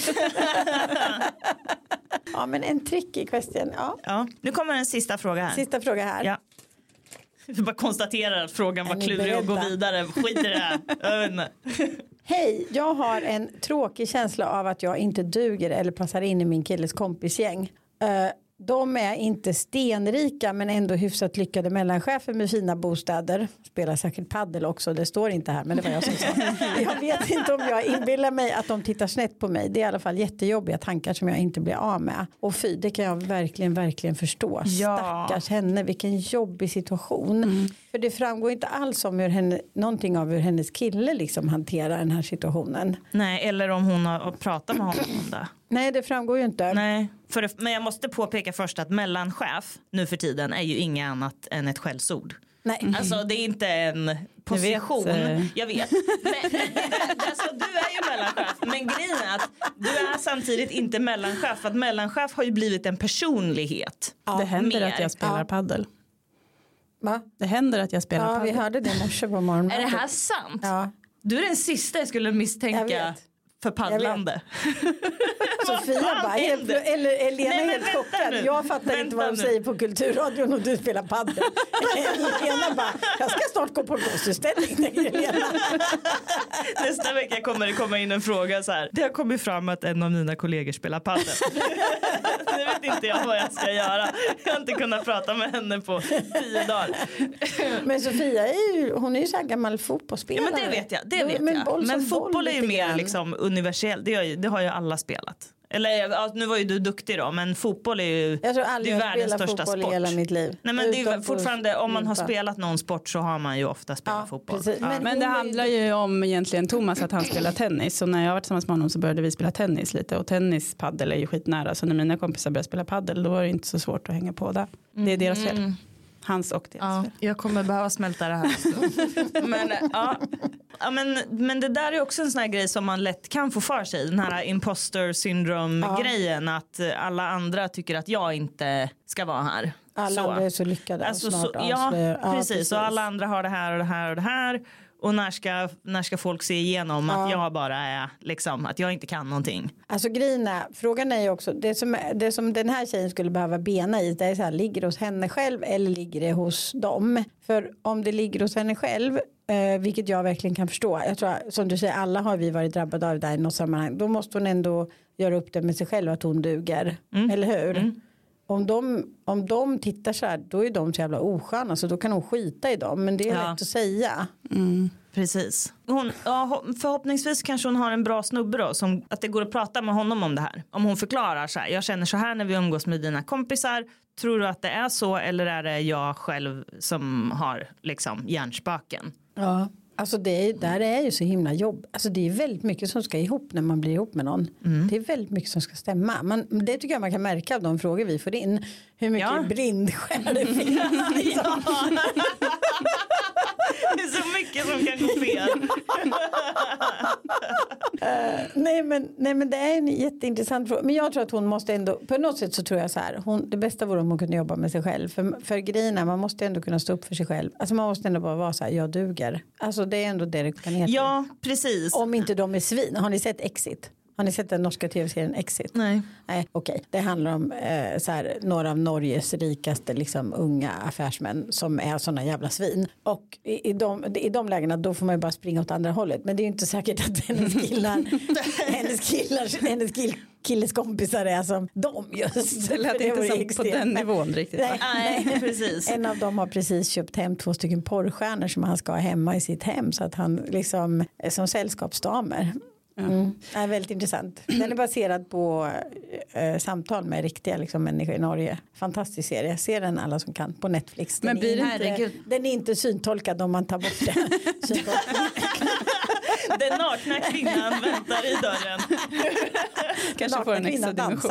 Ja, men en tricky question. Ja. Ja, nu kommer en sista fråga här. Sista fråga här. Ja. Vi bara konstaterar att frågan var klurig och gå vidare. Skit i det här. Hej, jag har en tråkig känsla av att jag inte duger eller passar in i min killes kompisgäng. Uh, De är inte stenrika men ändå hyfsat lyckade mellanchefer med fina bostäder. Spelar säkert paddel också, det står inte här men det var jag som sa. Jag vet inte om jag inbillar mig att de tittar snett på mig. Det är i alla fall jättejobbiga tankar som jag inte blir av med. Och fy, det kan jag verkligen, verkligen förstå. Ja. Stackars henne, vilken jobbig situation. Mm. För det framgår inte alls om hur henne, någonting av hur hennes kille liksom hanterar den här situationen. Nej, eller om hon har pratat med honom om det. Nej, det framgår ju inte. Nej, för det, men jag måste påpeka först att mellanchef nu för tiden är ju inget annat än ett skällsord. Nej. Alltså det är inte en position. Jag vet. Jag vet. Men, men, alltså, du är ju mellanchef. Men grejen är att du är samtidigt inte mellanchef. För att mellanchef har ju blivit en personlighet. Ja, det händer mer. Att jag spelar ja. paddel. Va? Det händer att jag spelar ja, paddel. Ja, vi hörde det i morse på morgonen. Är det här sant? Ja. Du är den sista jag skulle misstänka för paddlande. Sofia bara, eller, eller Elena är helt chockad. Jag fattar vänta inte vad de nu. säger på Kulturradion och du spelar paddel. Elena bara, jag ska snart gå på blåsutställning. Nästa vecka kommer det komma in en fråga så här. Det har kommit fram att en av mina kollegor spelar paddel. Nu vet inte jag vad jag ska göra. Jag har inte kunnat prata med henne på tio dagar. Men Sofia är ju, hon är ju så här gammal fotbollsspelare. Ja, men det vet jag. Det vet men, jag. men fotboll är ju mer liksom universell. Det, har, det har ju alla spelat. Eller ja, nu var ju du duktig då, men fotboll är ju jag tror aldrig det är jag världens största sport. I hela mitt liv. Nej, men det är fortfarande om man har spelat någon sport så har man ju ofta spelat ja, fotboll. Ja. Men, men det handlar ju om egentligen Thomas att han spelar tennis. Så när jag var tillsammans med honom så började vi spela tennis lite. Och tennis, paddel är ju skitnära. Så när mina kompisar började spela paddel då var det inte så svårt att hänga på där. Det är deras fel. Hans och deras Ja, jag kommer behöva smälta det här. men, ja. Ja, men, men det där är också en sån här grej som man lätt kan få för sig. Den här imposter syndrome-grejen. Ja. Att alla andra tycker att jag inte ska vara här. Alla så. andra är så lyckade. Alltså, snart så, ja, ja, precis. precis. Och alla andra har det här och det här och det här. Och när ska, när ska folk se igenom ja. att jag bara är liksom, att jag inte kan någonting. Alltså grejen är, frågan är ju också det som, det som den här tjejen skulle behöva bena i, det är så här, ligger det hos henne själv eller ligger det hos dem? För om det ligger hos henne själv, eh, vilket jag verkligen kan förstå, jag tror som du säger, alla har vi varit drabbade av det i något sammanhang, då måste hon ändå göra upp det med sig själv att hon duger, mm. eller hur? Mm. Om de, om de tittar så här, då är de så jävla osköna, så då kan hon skita i dem, men det är ja. lätt att säga. Mm. Precis. Hon, ja, förhoppningsvis kanske hon har en bra snubbe då, som, att det går att prata med honom om det här. Om hon förklarar så här, jag känner så här när vi umgås med dina kompisar, tror du att det är så eller är det jag själv som har liksom hjärnspöken? Ja. Alltså det är, där är ju så himla jobb. Alltså det är väldigt mycket som ska ihop när man blir ihop med någon. Mm. Det är väldigt mycket som ska stämma. Man, det tycker jag man kan märka av de frågor vi får in. Hur mycket ja. brindskäl det finns. Liksom. Ja. Det är så mycket som kan gå fel. uh, nej, men, nej men det är en jätteintressant fråga. Men jag tror att hon måste ändå, på något sätt så tror jag så här. Hon, det bästa vore om hon kunde jobba med sig själv. För, för grejerna, man måste ändå kunna stå upp för sig själv. Alltså man måste ändå bara vara så här, jag duger. Alltså det är ändå det det kan heta. Ja, precis. Om inte de är svin. Har ni sett Exit? Har ni sett den norska tv-serien Exit? Nej. Nej, okej. Okay. Det handlar om eh, så här, några av Norges rikaste liksom, unga affärsmän som är sådana jävla svin. Och i, i, de, i de lägena då får man ju bara springa åt andra hållet. Men det är ju inte säkert att hennes killar, hennes killar, hennes kill, killes kompisar är som de just. Det lät inte som extremt. På den nivån riktigt. Nej, nej, precis. En av dem har precis köpt hem två stycken porrstjärnor som han ska ha hemma i sitt hem. Så att han liksom är som sällskapsdamer. Mm. Det är väldigt intressant. Den är baserad på eh, samtal med riktiga liksom, människor i Norge. Fantastisk serie. Ser den alla som kan på Netflix. Den, Men blir är, det inte, den är inte syntolkad om man tar bort det. Den nakna kvinnan väntar i dörren. Kanske får en extra dimension.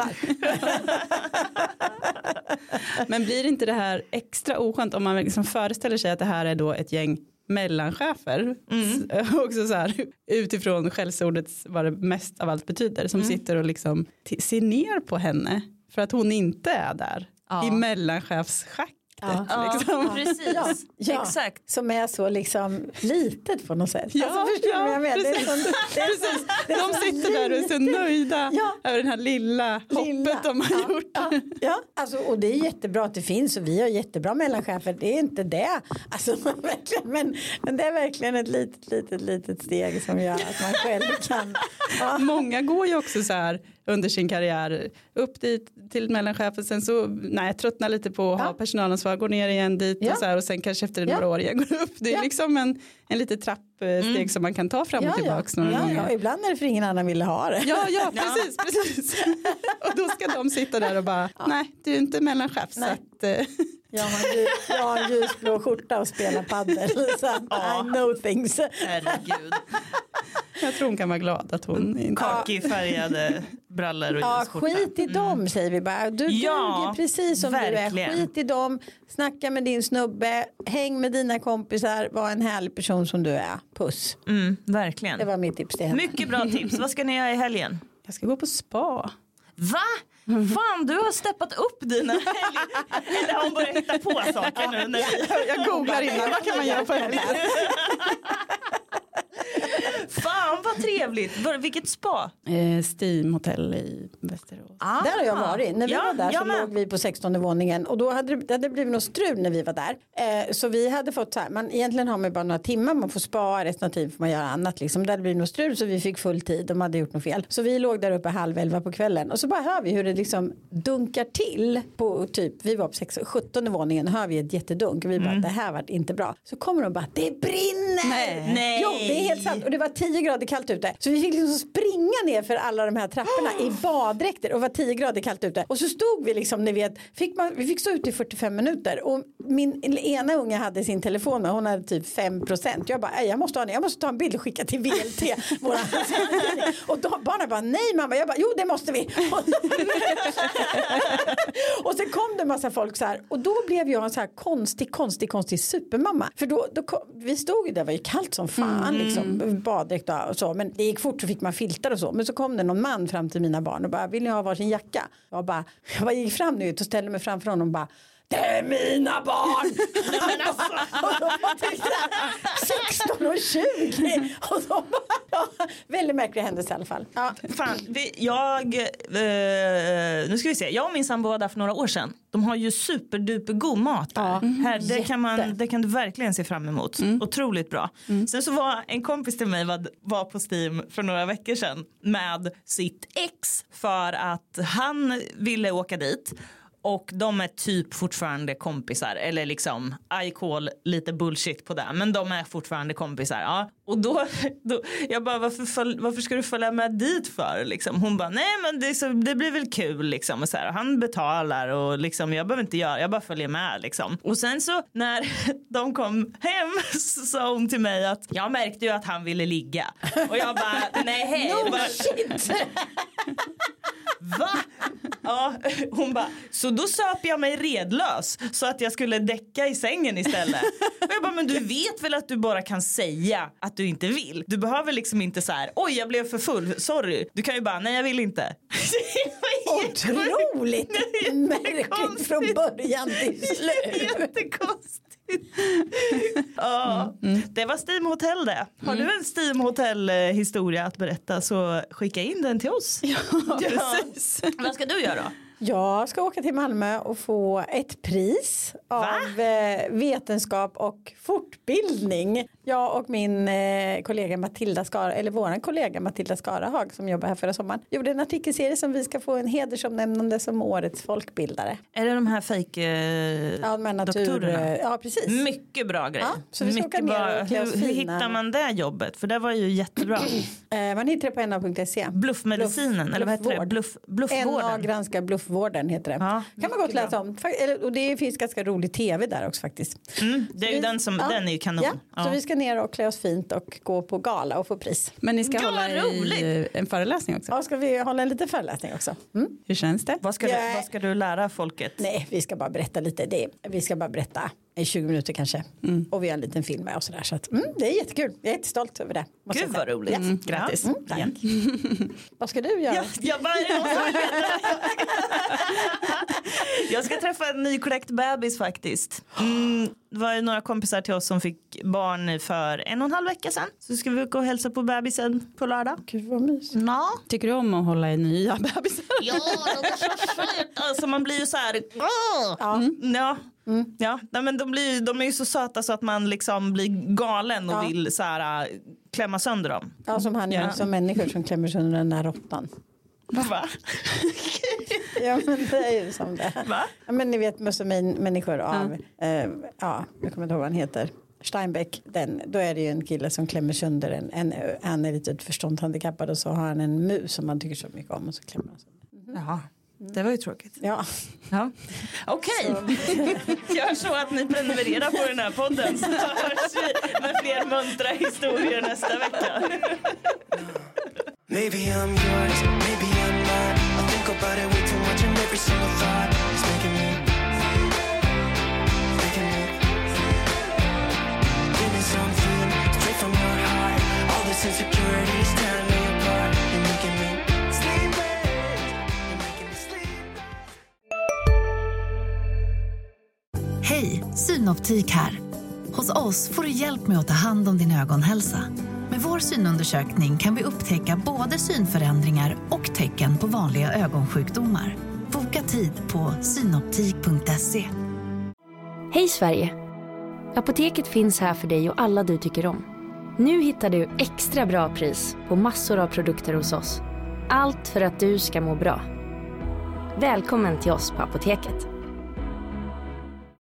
Men blir inte det här extra oskönt om man liksom föreställer sig att det här är då ett gäng mellanchefer, mm. också så här utifrån skällsordets vad det mest av allt betyder, som mm. sitter och liksom t- ser ner på henne för att hon inte är där ja. i mellanchefsschaktet. Ja, liksom. ja, precis. Ja, ja, exakt. Som är så liksom litet på något sätt. Ja, alltså, förstår ja, du vad jag menar? precis. Det är sån, det är precis. Sån, det är de sitter där och är så nöjda ja. över den här lilla, lilla. hoppet de har ja, gjort. Ja, ja. Alltså, och det är jättebra att det finns och vi har jättebra mellanchefer. Det är inte det. Alltså, verkligen, men, men det är verkligen ett litet, litet, litet steg som gör att man själv kan. Ja. Många går ju också så här under sin karriär upp dit till mellanchefen, sen så nej, jag tröttnar lite på att ja. ha personalansvar, går ner igen dit ja. och, så här, och sen kanske efter några ja. år igen går upp. Det är ja. liksom en, en liten trappsteg mm. som man kan ta fram och ja, tillbaka. Ja. Ja, ja, ibland är det för ingen annan ville ha det. Ja, ja, precis, ja. precis. Och då ska de sitta där och bara, ja. nej, du är inte mellanchef. Så att, jag har, ljus, jag har en ljusblå skjorta och spelar paddel. Så I know things. Herregud. Jag tror hon kan vara glad att hon inte har kakifärgade brallor och ja, skit i dem mm. säger vi bara. Du ja, duger precis som verkligen. Du är. Skit i dem. Snacka med din snubbe. Häng med dina kompisar. Var en härlig person som du är. Puss. Mm, verkligen. Det var mitt tips till henne. Mycket bra tips. Vad ska ni göra i helgen? Jag ska gå på spa. Va? Fan, du har steppat upp dina helger. Eller har hon börjat hitta på saker nu? När vi... jag, jag googlar innan. Vad kan man göra på helgen? Fan vad trevligt. Vilket spa? Eh, Steam Hotel i Västerås. Ah, där har jag varit. När vi ja, var där så med. låg vi på sextonde våningen. Och då hade det, det hade blivit något strul när vi var där. Eh, så vi hade fått så här. Man, egentligen har man bara några timmar. Man får spa, resten av tiden får man göra annat. Liksom. Det hade blivit något strul så vi fick full tid. De hade gjort något fel. Så vi låg där uppe halv elva på kvällen. Och så bara hör vi hur det liksom dunkar till. På typ, vi var på sjuttonde våningen. Hör vi ett jättedunk. Och vi bara, mm. det här var inte bra. Så kommer de bara, det brinner! Nej. Nej. Jo, det är helt sant. Och det var tio grader kallt ute. Så vi fick liksom springa ner för alla de här trapporna oh. i baddräkter och var tio grader kallt ute. Och så stod vi liksom, ni vet, fick man, vi fick stå ute i fyrtiofem minuter. Och min ena unge hade sin telefon med, hon hade typ fem procent. Jag bara, jag måste ha jag måste ta en bild och skicka till V L T. Våra och då, barnen bara, nej mamma. Jag bara, jo det måste vi. Och sen kom de en massa folk så här. Och då blev jag en så här konstig, konstig, konstig supermamma. För då, då kom, vi stod ju där, det var ju kallt som fan mm. liksom, baddräkt och så. Men det gick fort, så fick man filtar och så. Men så kom det någon man fram till mina barn och bara, vill ni ha varsin jacka? Jag bara, jag bara gick fram nu och ställde mig framför honom och bara, det är mina barn! Och de var typ sexton och tjugo. Och de bara, ja, väldigt märklig händelse i alla fall. Ja. Fan, vi, jag, eh, nu ska vi se, jag och min sambo var där för några år sedan. De har ju superduper god mat där. Ja. Mm. Här, det, kan man, det kan du verkligen se fram emot. Mm. Otroligt bra. Mm. Sen så var en kompis till mig var, var på Steam för några veckor sedan med sitt ex för att han ville åka dit. Och de är typ fortfarande kompisar. Eller liksom, I call lite bullshit på det. Men de är fortfarande kompisar. Ja. Och då, då jag bara, varför, följ, varför ska du följa med dit för? Liksom. Hon bara, nej men det, så, det blir väl kul. Liksom. Och så här, han betalar och liksom, jag behöver inte göra, jag bara följer med. Liksom. Och sen så när de kom hem så sa hon till mig att jag märkte ju att han ville ligga. Och jag bara, nej hej. No bara, shit! Va? Ja, hon bara, så då söp jag mig redlös så att jag skulle däcka i sängen istället. Och jag bara, men du vet väl att du bara kan säga att du inte vill. Du behöver liksom inte så här, oj jag blev för full, sorry. Du kan ju bara, nej jag vill inte. Otroligt märkligt från början till slut. Jättekonstigt. Ja, mm. Det var Steam Hotel det. Har mm. du en Steam Hotel historia att berätta så skicka in den till oss. Ja, precis. Vad ska du göra då? Jag ska åka till Malmö och få ett pris av Va? vetenskap och fortbildning. Jag och min eh, kollega Matilda Skara, eller våran kollega Matilda Skarahag som jobbar här förra sommaren, gjorde en artikelserie som vi ska få en hedersomnämnande som årets folkbildare. Är det de här fake eh, ja, natur, doktorerna? Ja, precis. Mycket bra grej. Ja, så vi ska Mycket bra. Hur, hur hittar man det jobbet? För det var ju jättebra. eh, man hittar det på n a punkt se. Bluffmedicinen, Bluff, eller vad heter det? Bluff, bluffvården. N A granskar bluffvården heter det. Ja, kan man gott läsa om. Och det finns ganska rolig tv där också faktiskt. Mm, det är ju vi, den som, ja, den är ju kanon. Ja, ja. Så vi ska ner och klä oss fint och gå på gala och få pris. Men ni ska God, hålla i en föreläsning också? Ja, ska vi hålla en liten föreläsning också. Mm. Hur känns det? Vad ska, ja. du, vad ska du lära folket? Nej, vi ska bara berätta lite. Det, vi ska bara berätta i tjugo minuter kanske. Mm. Och vi har en liten film med oss där. Så att, mm, det är jättekul. Jag är jättestolt över det. Gud vad roligt. Mm. Grattis. Mm, tack. Vad ska du göra? Jag, jag, bara, jag ska träffa en nykläckt bebis faktiskt. Mm, det var ju några kompisar till oss som fick barn för en och en halv vecka sedan. Så ska vi gå och hälsa på bebisen på lördag. Gud vad mysigt. Ja. Tycker du om att hålla i nya bebisar? Ja, de är så söta. Alltså man blir ju så här. Ja. Mm. Ja. Mm. Ja, nej, men de, blir, de är ju så söta så att man liksom blir galen och ja. vill så här, klämma sönder dem. Ja, som han gör, ja. som människor som klämmer sönder den där råttan. Va? Ja, men det är ju som det. Va? Ja, men ni vet människor av, ja, eh, ja jag kommer inte ihåg vad han heter. Steinbeck, den, då är det ju en kille som klämmer sönder en, en han är lite förståndshandikappad och så har han en mus som man tycker så mycket om och så klämmer han sönder. Mm. Jaha. Det var ju tråkigt. Ja. Ja. Okej. Okay. Gör så att ni prenumererar på den här podden så hörs vi med fler muntra historier nästa vecka. Maybe I'm yours, maybe I'm not. I think about it way too much and every single thought is making me, making me. Give me something straight from your heart. All this insecurity is tearing me apart. You're making me sleepless. You're making me sleepless. Hej, Synoptik här. Hos oss får du hjälp med att ta hand om din ögonhälsa. Med vår synundersökning kan vi upptäcka både synförändringar och tecken på vanliga ögonsjukdomar. Boka tid på synoptik punkt se. Hej Sverige! Apoteket finns här för dig och alla du tycker om. Nu hittar du extra bra pris på massor av produkter hos oss. Allt för att du ska må bra. Välkommen till oss på Apoteket.